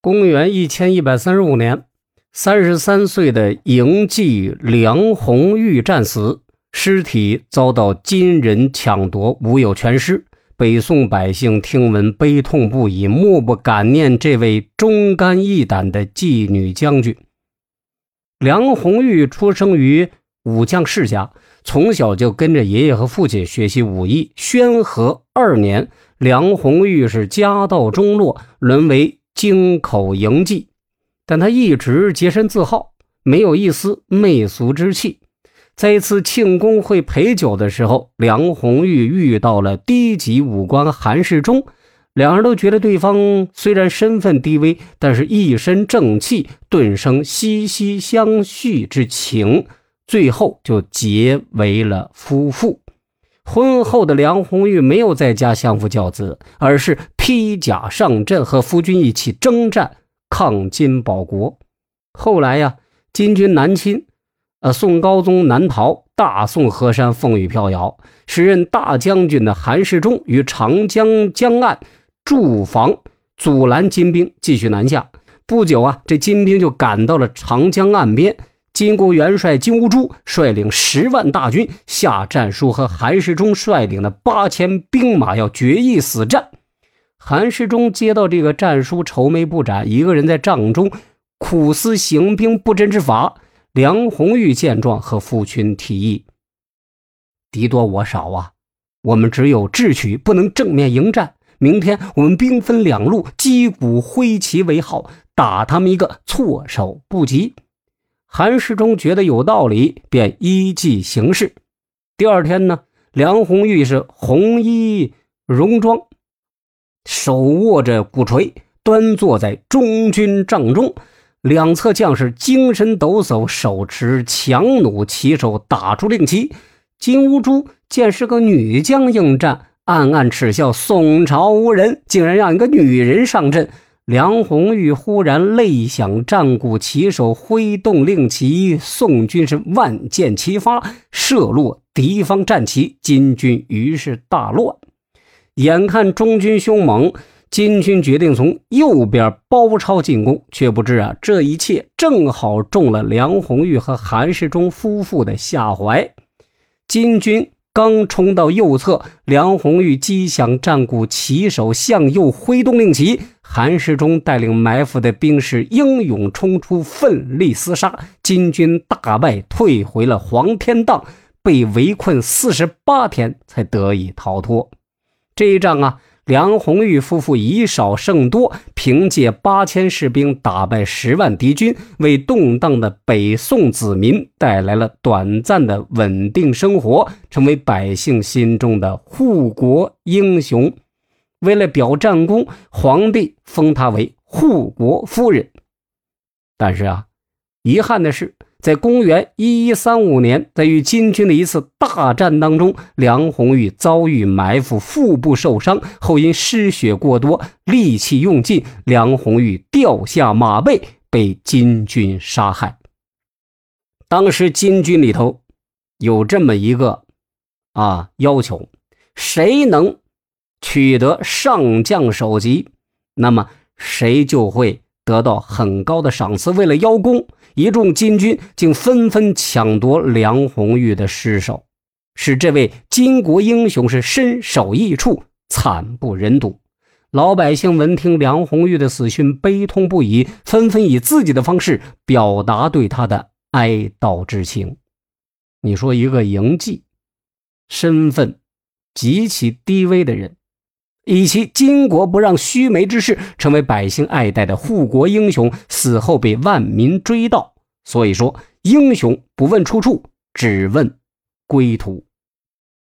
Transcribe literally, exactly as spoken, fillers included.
公元一千一百三十五年，三十三岁的营妓梁红玉战死，尸体遭到金人抢夺，无有全尸。北宋百姓听闻悲痛不已，莫不感念这位忠肝义胆的妓女将军。梁红玉出生于武将世家，从小就跟着爷爷和父亲学习武艺。宣和二年，梁红玉是家道中落，沦为京口营妓，但他一直洁身自好，没有一丝媚俗之气。在一次庆功会陪酒的时候，梁红玉遇到了低级武官韩世忠，两人都觉得对方虽然身份低微，但是一身正气，顿生惺惺相惜之情，最后就结为了夫妇。婚后的梁红玉没有在家相夫教子，而是披甲上阵，和夫君一起征战抗金保国。后来呀，金军南侵，呃，宋高宗南逃，大宋河山风雨飘摇。时任大将军的韩世忠于长江江岸驻防，阻拦金兵继续南下。不久啊，这金兵就赶到了长江岸边。金国元帅金兀术率领十万大军下战书，和韩世忠率领的八千兵马要决一死战。韩世忠接到这个战书，愁眉不展，一个人在帐中苦思行兵布阵之法。梁红玉见状，和夫君提议：敌多我少啊，我们只有智取，不能正面迎战。明天我们兵分两路，击鼓挥旗为号，打他们一个措手不及。韩世忠觉得有道理，便依计行事。第二天呢，梁红玉是红衣戎装，手握着鼓槌，端坐在中军帐中，两侧将士精神抖擞，手持强弩，旗手打出令旗。金兀术见是个女将应战，暗暗耻笑宋朝无人，竟然让一个女人上阵。梁红玉忽然泪响战鼓，旗手挥动令旗，宋军是万箭齐发，射落敌方战旗，金军于是大乱。眼看中军凶猛，金军决定从右边包抄进攻，却不知啊，这一切正好中了梁红玉和韩世忠夫妇的下怀。金军刚冲到右侧，梁红玉击响战鼓，旗手向右挥动令旗，韩世忠带领埋伏的兵士英勇冲出，奋力厮杀，金军大败，退回了黄天荡，被围困四十八天才得以逃脱。这一仗啊，梁红玉夫妇以少胜多，凭借八千士兵打败十万敌军，为动荡的北宋子民带来了短暂的稳定生活，成为百姓心中的护国英雄。为了表战功，皇帝封她为护国夫人。但是啊，遗憾的是，在公元一一三五年，在与金军的一次大战当中，梁红玉遭遇埋伏，腹部受伤，后因失血过多，力气用尽，梁红玉掉下马背，被金军杀害。当时金军里头有这么一个啊要求，谁能取得上将首级，那么谁就会得到很高的赏赐。为了邀功，一众金军竟纷纷抢夺梁红玉的尸首，使这位金国英雄是身首异处，惨不忍睹。老百姓闻听梁红玉的死讯，悲痛不已，纷纷以自己的方式表达对她的哀悼之情。你说一个营妓，身份极其低微的人，以其巾帼不让须眉之势，成为百姓爱戴的护国英雄，死后被万民追悼。所以说，英雄不问出处，只问归途。